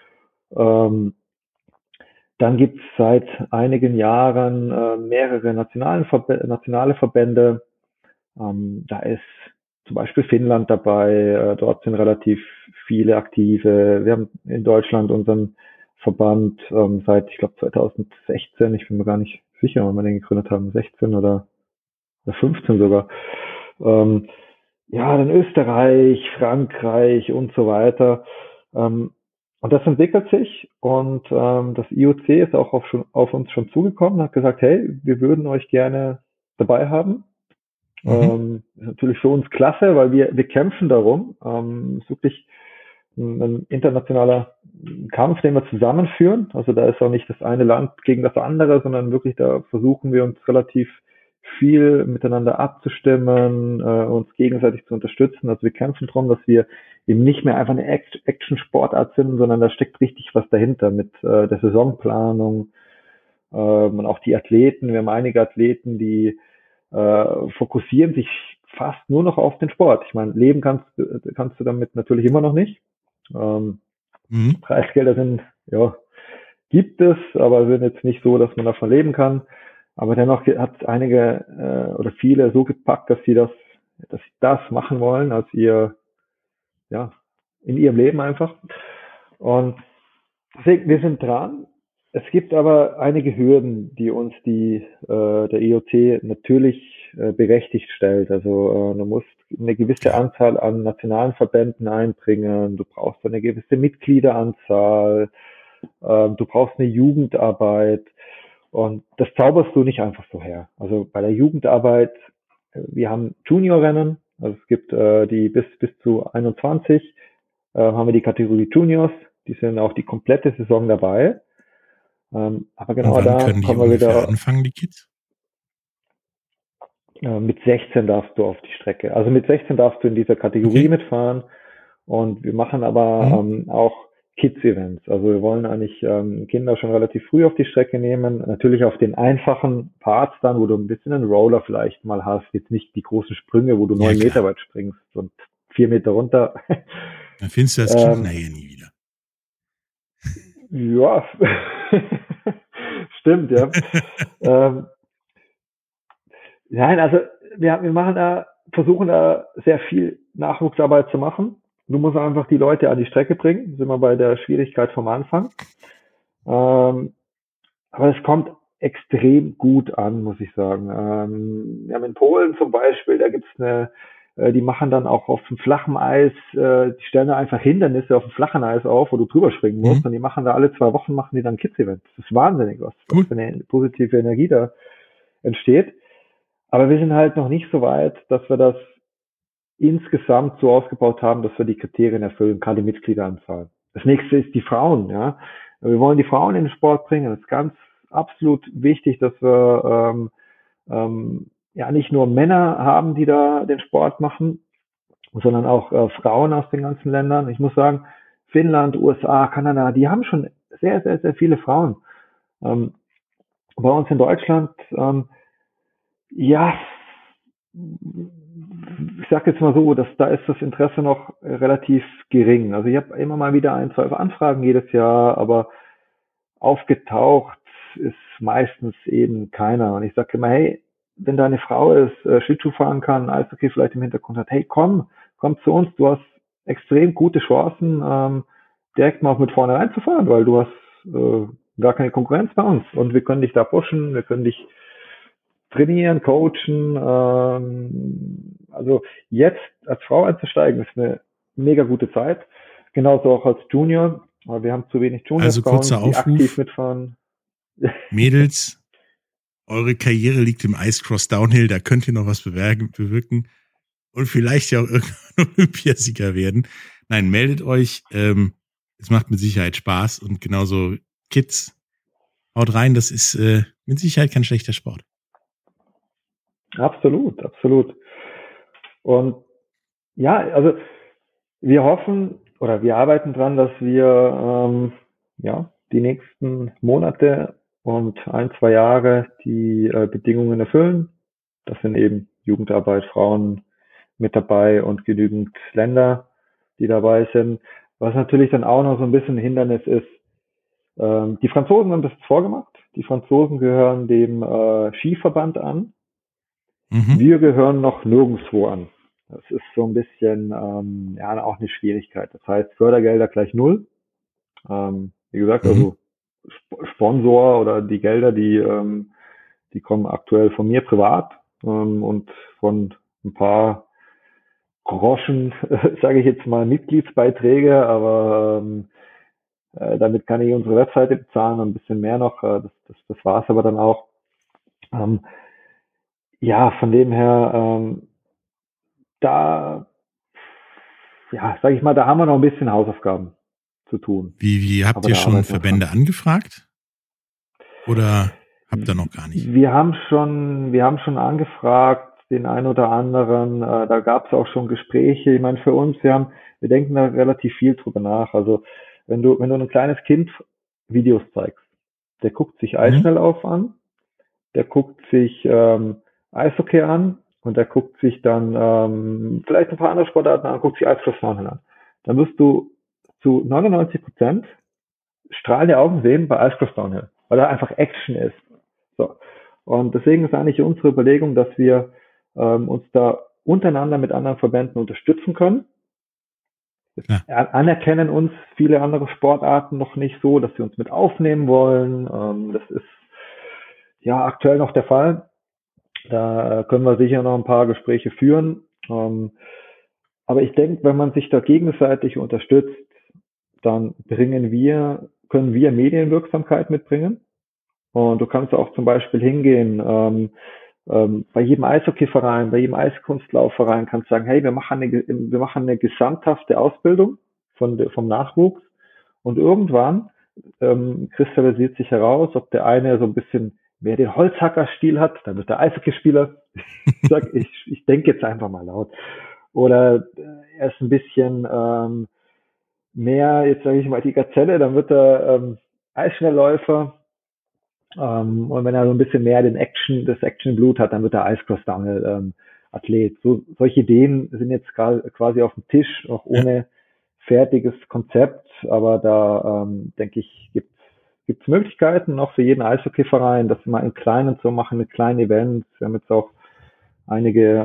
Dann gibt es seit einigen Jahren mehrere nationale Verbände. Da ist zum Beispiel Finnland dabei. Dort sind relativ viele Aktive. Wir haben in Deutschland unseren Verband seit, ich glaube, 2016. Ich bin mir gar nicht sicher, wann wir den gegründet haben. 16 oder 15 sogar. Dann Österreich, Frankreich und so weiter. Und das entwickelt sich und das IOC ist auch auf uns schon zugekommen und hat gesagt, hey, wir würden euch gerne dabei haben. Ist natürlich für uns klasse, weil wir kämpfen darum. Ist wirklich ein internationaler Kampf, den wir zusammenführen. Also da ist auch nicht das eine Land gegen das andere, sondern wirklich da versuchen wir uns relativ viel miteinander abzustimmen, uns gegenseitig zu unterstützen. Also wir kämpfen darum, dass wir eben nicht mehr einfach eine Action-Sportart sind, sondern da steckt richtig was dahinter mit der Saisonplanung und auch die Athleten. Wir haben einige Athleten, die fokussieren sich fast nur noch auf den Sport. Ich meine, leben kannst du damit natürlich immer noch nicht. Preisgelder gibt es, aber sind jetzt nicht so, dass man davon leben kann. Aber dennoch hat einige oder viele so gepackt, dass sie das machen wollen als in ihrem Leben einfach. Und deswegen, wir sind dran. Es gibt aber einige Hürden, die uns der IOC natürlich berechtigt stellt. Also du musst eine gewisse Anzahl an nationalen Verbänden einbringen. Du brauchst eine gewisse Mitgliederanzahl. Du brauchst eine Jugendarbeit. Und das zauberst du nicht einfach so her. Also bei der Jugendarbeit, wir haben Juniorrennen, also es gibt die bis zu 21, haben wir die Kategorie Juniors, die sind auch die komplette Saison dabei. Aber genau da kommen wir wieder anfangen, die Kids? Mit 16 darfst du auf die Strecke. Also mit 16 darfst du in dieser Kategorie mitfahren Und wir machen aber auch Kids-Events. Also wir wollen eigentlich Kinder schon relativ früh auf die Strecke nehmen. Natürlich auf den einfachen Parts dann, wo du ein bisschen einen Roller vielleicht mal hast. Jetzt nicht die großen Sprünge, wo du 9 Meter weit springst und 4 Meter runter. Dann findest du das Kind nachher nie wieder. Ja, stimmt, ja. Nein, also wir versuchen da sehr viel Nachwuchsarbeit zu machen. Du musst einfach die Leute an die Strecke bringen. Sind wir bei der Schwierigkeit vom Anfang. Aber es kommt extrem gut an, muss ich sagen. Wir haben in Polen zum Beispiel, da gibt's die machen dann auch auf dem flachen Eis, die stellen da einfach Hindernisse auf dem flachen Eis auf, wo du drüber springen musst. Und die machen da alle 2 Wochen machen die dann Kids-Event. Das ist wahnsinnig, was für eine positive Energie da entsteht. Aber wir sind halt noch nicht so weit, dass wir das insgesamt so ausgebaut haben, dass wir die Kriterien erfüllen, gerade die Mitgliederanzahl. Das nächste ist die Frauen, ja. Wir wollen die Frauen in den Sport bringen. Das ist ganz absolut wichtig, dass wir nicht nur Männer haben, die da den Sport machen, sondern auch Frauen aus den ganzen Ländern. Ich muss sagen, Finnland, USA, Kanada, die haben schon sehr, sehr, sehr viele Frauen. Bei uns in Deutschland, ich sage jetzt mal so, dass da ist das Interesse noch relativ gering. Also ich habe immer mal wieder 1, 2 Anfragen jedes Jahr, aber aufgetaucht ist meistens eben keiner. Und ich sage immer, hey, wenn da eine Frau ist, Schlittschuh fahren kann, Eishockey vielleicht im Hintergrund hat, hey, komm zu uns, du hast extrem gute Chancen, direkt mal auch mit vorne reinzufahren, weil du hast gar keine Konkurrenz bei uns und wir können dich da pushen, wir können dich trainieren, coachen. Also jetzt als Frau einzusteigen, ist eine mega gute Zeit. Genauso auch als Junior. Aber wir haben zu wenig Junior-Frauen, also die aktiv mitfahren. Mädels, eure Karriere liegt im Icecross Downhill, da könnt ihr noch was bewirken und vielleicht ja auch irgendwann Olympiasieger werden. Nein, meldet euch. Es macht mit Sicherheit Spaß und genauso Kids, haut rein, das ist mit Sicherheit kein schlechter Sport. Absolut, absolut. Und ja, also wir hoffen oder wir arbeiten dran, dass wir die nächsten Monate und 1, 2 Jahre die Bedingungen erfüllen. Das sind eben Jugendarbeit, Frauen mit dabei und genügend Länder, die dabei sind. Was natürlich dann auch noch so ein bisschen ein Hindernis ist, die Franzosen haben das vorgemacht. Die Franzosen gehören dem Skiverband an. Wir gehören noch nirgendwo an. Das ist so ein bisschen auch eine Schwierigkeit. Das heißt, Fördergelder gleich 0. Wie gesagt, also Sponsor oder die Gelder, die kommen aktuell von mir privat und von ein paar Groschen, sage ich jetzt mal, Mitgliedsbeiträge, aber damit kann ich unsere Webseite bezahlen und ein bisschen mehr noch. Das war es aber dann auch. Von dem her, da sage ich mal, da haben wir noch ein bisschen Hausaufgaben zu tun. Wie habt ihr schon Verbände angefragt? Oder habt ihr noch gar nicht? Wir haben schon angefragt, den einen oder anderen, da gab es auch schon Gespräche. Ich meine, für uns, wir denken da relativ viel drüber nach. Also wenn du ein kleines Kind Videos zeigst, der guckt sich Eisschnelllauf an, der guckt sich Eishockey an und der guckt sich dann vielleicht ein paar andere Sportarten an, guckt sich Eiscross an. Dann wirst du zu 99% strahlende Augen sehen bei Icecross Downhill, weil da einfach Action ist. So. Und deswegen ist eigentlich unsere Überlegung, dass wir uns da untereinander mit anderen Verbänden unterstützen können. Anerkennen uns viele andere Sportarten noch nicht so, dass sie uns mit aufnehmen wollen. Das ist ja aktuell noch der Fall. Da können wir sicher noch ein paar Gespräche führen. Aber ich denke, wenn man sich da gegenseitig unterstützt, dann können wir Medienwirksamkeit mitbringen. Und du kannst auch zum Beispiel hingehen, bei jedem Eishockeyverein, bei jedem Eiskunstlaufverein kannst du sagen, hey, wir machen eine gesamthafte Ausbildung vom Nachwuchs. Und irgendwann kristallisiert sich heraus, ob der eine so ein bisschen mehr den Holzhackerstil hat, dann wird der Eishockeyspieler. Ich denke jetzt einfach mal laut. Oder er ist ein bisschen mehr, jetzt sage ich mal, die Gazelle, dann wird er Eisschnellläufer. Und wenn er so ein bisschen mehr das Action-Blut hat, dann wird er Ice-Cross-Downhill Athlet. Solche Ideen sind jetzt quasi auf dem Tisch, auch ohne fertiges Konzept. Aber da denke ich, gibt's Möglichkeiten auch für jeden Eishockeyverein, das mal in kleinen zu machen, mit kleinen Events. Wir haben jetzt auch einige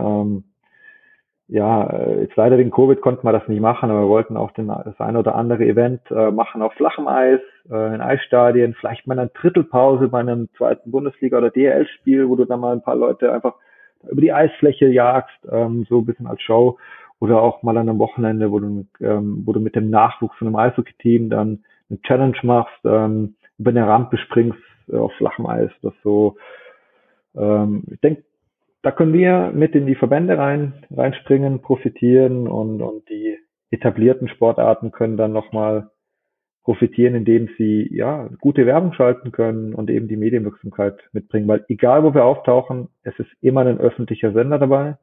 jetzt leider wegen Covid konnten wir das nicht machen, aber wir wollten auch das ein oder andere Event machen auf flachem Eis, in Eisstadien, vielleicht mal eine Drittelpause bei einem zweiten Bundesliga- oder DEL-Spiel, wo du dann mal ein paar Leute einfach über die Eisfläche jagst, so ein bisschen als Show, oder auch mal an einem Wochenende, wo du mit dem Nachwuchs von einem Eishockey-Team dann eine Challenge machst, über eine Rampe springst auf flachem Eis, das so, ich denke, da können wir mit in die Verbände reinspringen, profitieren und die etablierten Sportarten können dann nochmal profitieren, indem sie gute Werbung schalten können und eben die Medienwirksamkeit mitbringen. Weil egal wo wir auftauchen, es ist immer ein öffentlicher Sender dabei.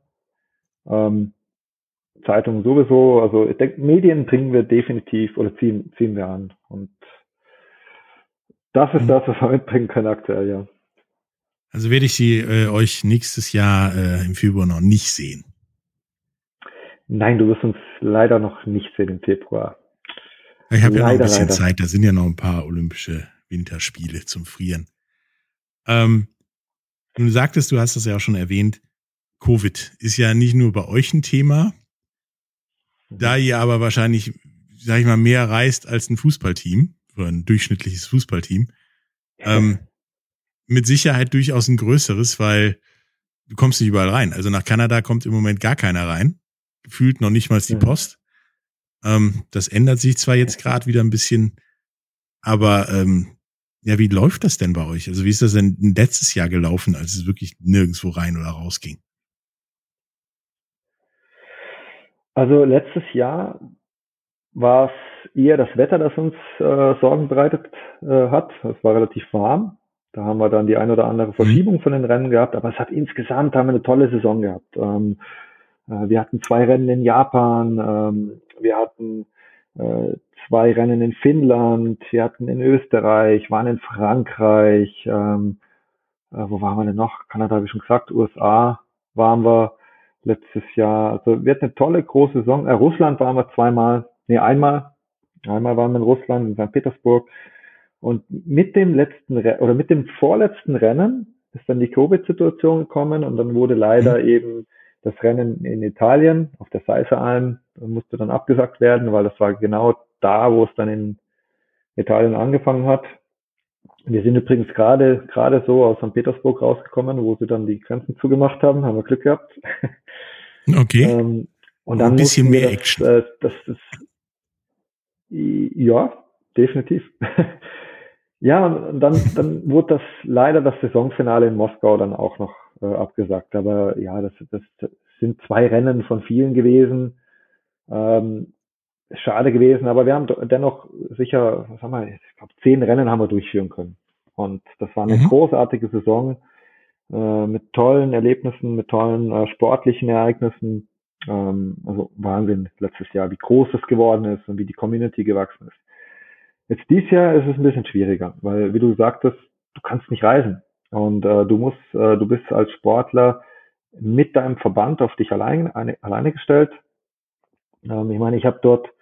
Zeitungen sowieso, also ich denke, Medien bringen wir definitiv oder ziehen wir an. Und das ist das, was wir mitbringen können aktuell, ja. Also werde ich sie euch nächstes Jahr im Februar noch nicht sehen. Nein, du wirst uns leider noch nicht sehen im Februar. Ich habe ja noch ein bisschen Zeit, da sind ja noch ein paar olympische Winterspiele zum Frieren. Du sagtest, du hast das ja auch schon erwähnt, Covid ist ja nicht nur bei euch ein Thema, da ihr aber wahrscheinlich, sag ich mal, mehr reist als ein Fußballteam, oder ein durchschnittliches Fußballteam. Mit Sicherheit durchaus ein größeres, weil du kommst nicht überall rein. Also nach Kanada kommt im Moment gar keiner rein. Gefühlt noch nicht mal die Post. Das ändert sich zwar jetzt gerade wieder ein bisschen, aber wie läuft das denn bei euch? Also wie ist das denn letztes Jahr gelaufen, als es wirklich nirgendwo rein oder raus ging? Also letztes Jahr war es eher das Wetter, das uns Sorgen bereitet hat. Es war relativ warm. Da haben wir dann die ein oder andere Verschiebung von den Rennen gehabt, aber insgesamt haben wir eine tolle Saison gehabt. Wir hatten 2 Rennen in Japan, wir hatten 2 Rennen in Finnland, wir hatten in Österreich, waren in Frankreich, wo waren wir denn noch? Kanada habe ich schon gesagt, USA waren wir letztes Jahr. Also wir hatten eine tolle große Saison. Russland waren wir einmal. Einmal waren wir in Russland, in St. Petersburg. Und mit dem mit dem vorletzten Rennen ist dann die Covid-Situation gekommen und dann wurde leider eben das Rennen in Italien auf der Seiseralm musste dann abgesagt werden, weil das war genau da, wo es dann in Italien angefangen hat. Wir sind übrigens gerade so aus St. Petersburg rausgekommen, wo sie dann die Grenzen zugemacht haben wir Glück gehabt. Okay. Und dann ein bisschen mehr Action. Ja, definitiv. Ja, und dann wurde leider das Saisonfinale in Moskau dann auch noch abgesagt. Aber ja, das sind 2 Rennen von vielen gewesen. Schade gewesen, aber wir haben dennoch sicher, ich glaube 10 Rennen haben wir durchführen können. Und das war eine großartige Saison mit tollen Erlebnissen, mit tollen sportlichen Ereignissen. Also Wahnsinn letztes Jahr, wie groß das geworden ist und wie die Community gewachsen ist. Jetzt dieses Jahr ist es ein bisschen schwieriger, weil, wie du sagtest, du kannst nicht reisen. Und du bist als Sportler mit deinem Verband auf dich alleine gestellt. Ich meine, ich habe dort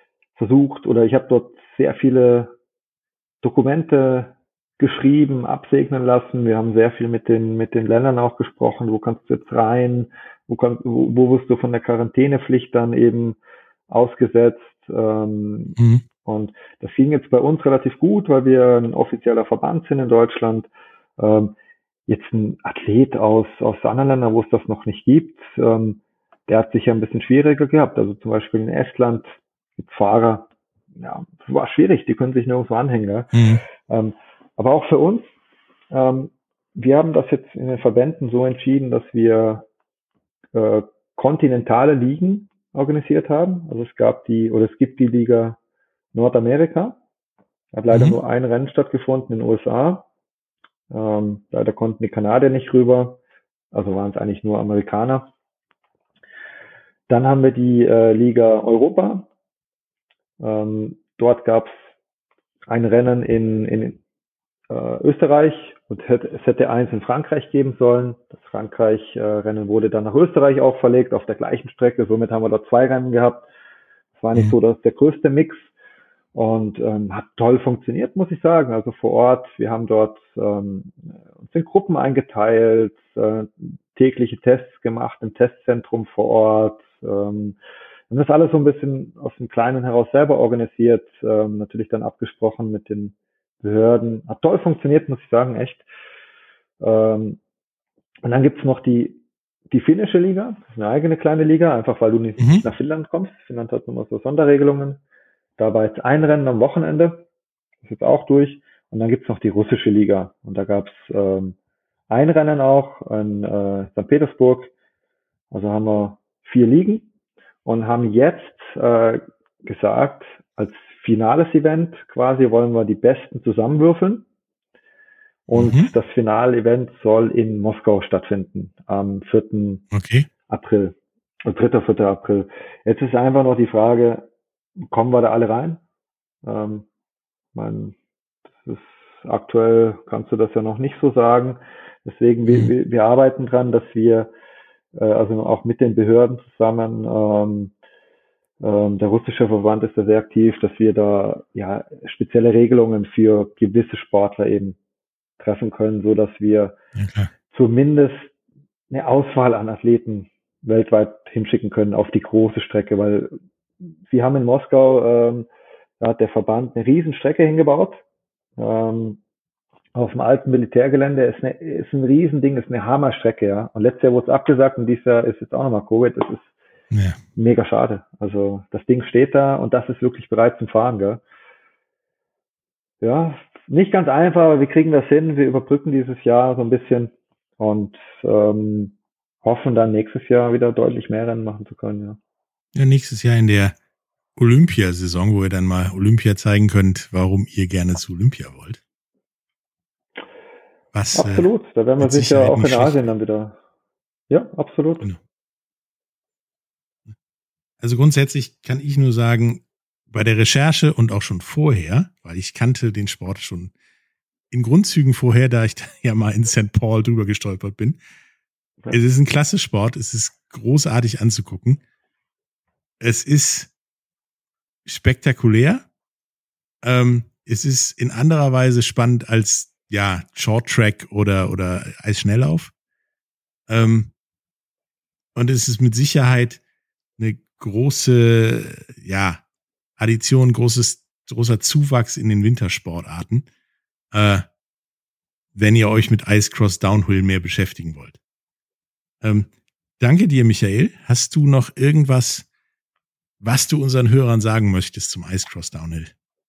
sehr viele Dokumente geschrieben, absegnen lassen. Wir haben sehr viel mit den Ländern auch gesprochen. Wo kannst du jetzt rein? Wo wirst du von der Quarantänepflicht dann eben ausgesetzt? Und das ging jetzt bei uns relativ gut, weil wir ein offizieller Verband sind in Deutschland. Jetzt ein Athlet aus anderen Ländern, wo es das noch nicht gibt, der hat sich ja ein bisschen schwieriger gehabt. Also zum Beispiel in Estland gibt Fahrer, ja, es war schwierig, die können sich nirgendwo anhängen. Aber auch für uns, wir haben das jetzt in den Verbänden so entschieden, dass wir kontinentale Ligen organisiert haben. Also es gibt die Liga Nordamerika. Hat leider nur ein Rennen stattgefunden in den USA. Leider konnten die Kanadier nicht rüber. Also waren es eigentlich nur Amerikaner. Dann haben wir die Liga Europa. Dort gab es ein Rennen in Österreich und es hätte eins in Frankreich geben sollen. Das Frankreich-Rennen wurde dann nach Österreich auch verlegt, auf der gleichen Strecke. Somit haben wir dort 2 Rennen gehabt. Es war nicht so der größte Mix und hat toll funktioniert, muss ich sagen. Also vor Ort, wir haben dort uns in Gruppen eingeteilt, tägliche Tests gemacht im Testzentrum vor Ort. Und das alles so ein bisschen aus dem Kleinen heraus selber organisiert, natürlich dann abgesprochen mit den Behörden. Hat toll funktioniert, muss ich sagen, echt. Und dann gibt's noch die finnische Liga. Das ist eine eigene kleine Liga, einfach weil du nicht nach Finnland kommst. Finnland hat nochmal so Sonderregelungen. Da war jetzt ein Rennen am Wochenende. Das ist jetzt auch durch. Und dann gibt's noch die russische Liga. Und da gab's ein Rennen auch in St. Petersburg. Also haben wir 4 Ligen und haben jetzt gesagt, als finales Event quasi wollen wir die Besten zusammenwürfeln. Und das Finalevent soll in Moskau stattfinden am 4. April. 3. 4. April. Jetzt ist einfach noch die Frage, kommen wir da alle rein? Das ist aktuell, kannst du das ja noch nicht so sagen. Deswegen, wir arbeiten dran, dass wir, also auch mit den Behörden zusammen, der russische Verband ist da sehr aktiv, dass wir da ja spezielle Regelungen für gewisse Sportler eben treffen können, so dass wir zumindest eine Auswahl an Athleten weltweit hinschicken können auf die große Strecke, weil wir haben in Moskau, da hat der Verband eine Riesenstrecke hingebaut, auf dem alten Militärgelände, ist ein Riesending, ist eine Hammerstrecke, ja. Und letztes Jahr wurde es abgesagt und dieses Jahr ist jetzt auch nochmal Covid, das ist mega schade. Also das Ding steht da und das ist wirklich bereit zum Fahren, gell? Ja, nicht ganz einfach, aber wir kriegen das hin. Wir überbrücken dieses Jahr so ein bisschen und hoffen dann nächstes Jahr wieder deutlich mehr Rennen machen zu können, ja. Ja, nächstes Jahr in der Olympiasaison, wo ihr dann mal Olympia zeigen könnt, warum ihr gerne zu Olympia wollt. Absolut, da werden wir sicher auch in Asien dann wieder. Ja, absolut. Genau. Also grundsätzlich kann ich nur sagen, bei der Recherche und auch schon vorher, weil ich kannte den Sport schon in Grundzügen vorher, da ich da ja mal in St. Paul drüber gestolpert bin. Ja. Es ist ein klasse Sport, es ist großartig anzugucken. Es ist spektakulär. Es ist in anderer Weise spannend als Short Track oder Eisschnelllauf. Und es ist mit Sicherheit eine große, Addition, großer Zuwachs in den Wintersportarten, wenn ihr euch mit Ice Cross Downhill mehr beschäftigen wollt. Danke dir, Michael. Hast du noch irgendwas, was du unseren Hörern sagen möchtest zum Ice Cross Downhill?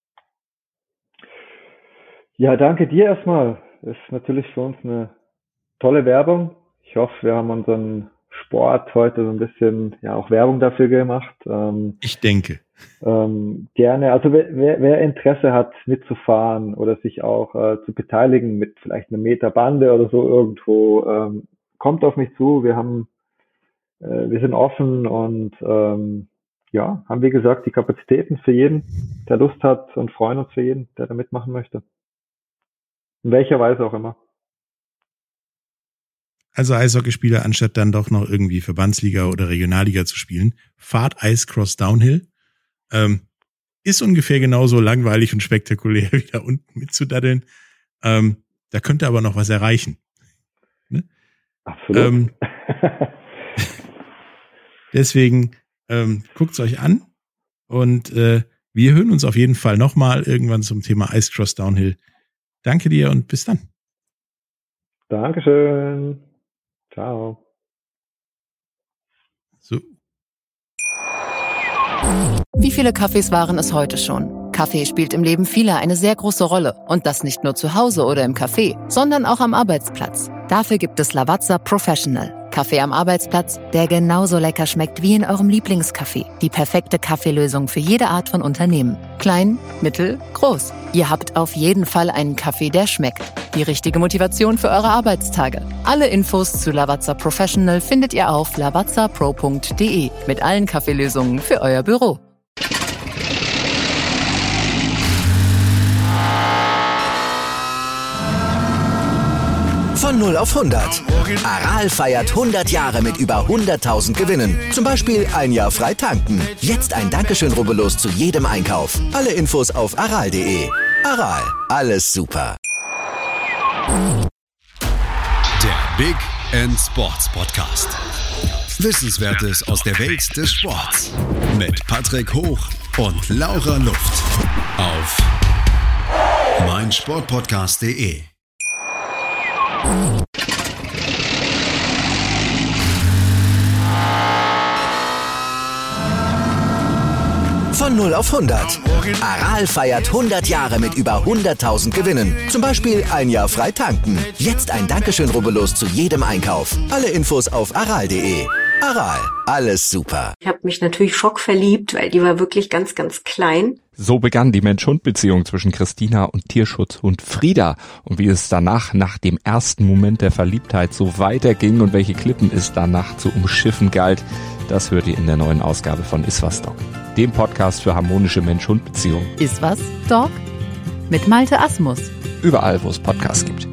Ja, danke dir erstmal. Das ist natürlich für uns eine tolle Werbung. Ich hoffe, wir haben unseren Sport heute so ein bisschen auch Werbung dafür gemacht. Ich denke. Gerne, also wer Interesse hat mitzufahren oder sich auch zu beteiligen mit vielleicht einer Meter Bande oder so irgendwo, kommt auf mich zu. Wir sind offen und haben wie gesagt die Kapazitäten für jeden, der Lust hat und freuen uns für jeden, der da mitmachen möchte. In welcher Weise auch immer. Also Eishockeyspieler, anstatt dann doch noch irgendwie Verbandsliga oder Regionalliga zu spielen, fahrt Ice Cross Downhill. Ist ungefähr genauso langweilig und spektakulär wie da unten mitzudaddeln. Da könnt ihr aber noch was erreichen. Ne? Absolut. Deswegen guckt's euch an und wir hören uns auf jeden Fall nochmal irgendwann zum Thema Ice Cross Downhill. Danke dir und bis dann. Dankeschön. Ciao. So. Wie viele Kaffees waren es heute schon? Kaffee spielt im Leben vieler eine sehr große Rolle. Und das nicht nur zu Hause oder im Café, sondern auch am Arbeitsplatz. Dafür gibt es Lavazza Professional. Kaffee am Arbeitsplatz, der genauso lecker schmeckt wie in eurem Lieblingscafé. Die perfekte Kaffeelösung für jede Art von Unternehmen. Klein, mittel, groß. Ihr habt auf jeden Fall einen Kaffee, der schmeckt. Die richtige Motivation für eure Arbeitstage. Alle Infos zu Lavazza Professional findet ihr auf lavazzapro.de mit allen Kaffeelösungen für euer Büro. Von 0 auf 100. Aral feiert 100 Jahre mit über 100.000 Gewinnen. Zum Beispiel ein Jahr frei tanken. Jetzt ein Dankeschön, rubbellos zu jedem Einkauf. Alle Infos auf aral.de. Aral, alles super. Der Big End Sports Podcast. Wissenswertes aus der Welt des Sports. Mit Patrick Hoch und Laura Luft. Auf meinsportpodcast.de. Von 0 auf 100. Aral feiert 100 Jahre mit über 100.000 Gewinnen. Zum Beispiel ein Jahr frei tanken. Jetzt ein Dankeschön, rubbellos zu jedem Einkauf. Alle Infos auf aral.de. Aral, alles super. Ich habe mich natürlich schockverliebt, weil die war wirklich ganz, ganz klein. So begann die Mensch-Hund-Beziehung zwischen Christina und Tierschutzhund Frieda. Und wie es danach, nach dem ersten Moment der Verliebtheit, so weiterging und welche Klippen es danach zu umschiffen galt, das hört ihr in der neuen Ausgabe von Iswas Dog, dem Podcast für harmonische Mensch-Hund-Beziehungen. Iswas Dog? Mit Malte Asmus. Überall, wo es Podcasts gibt.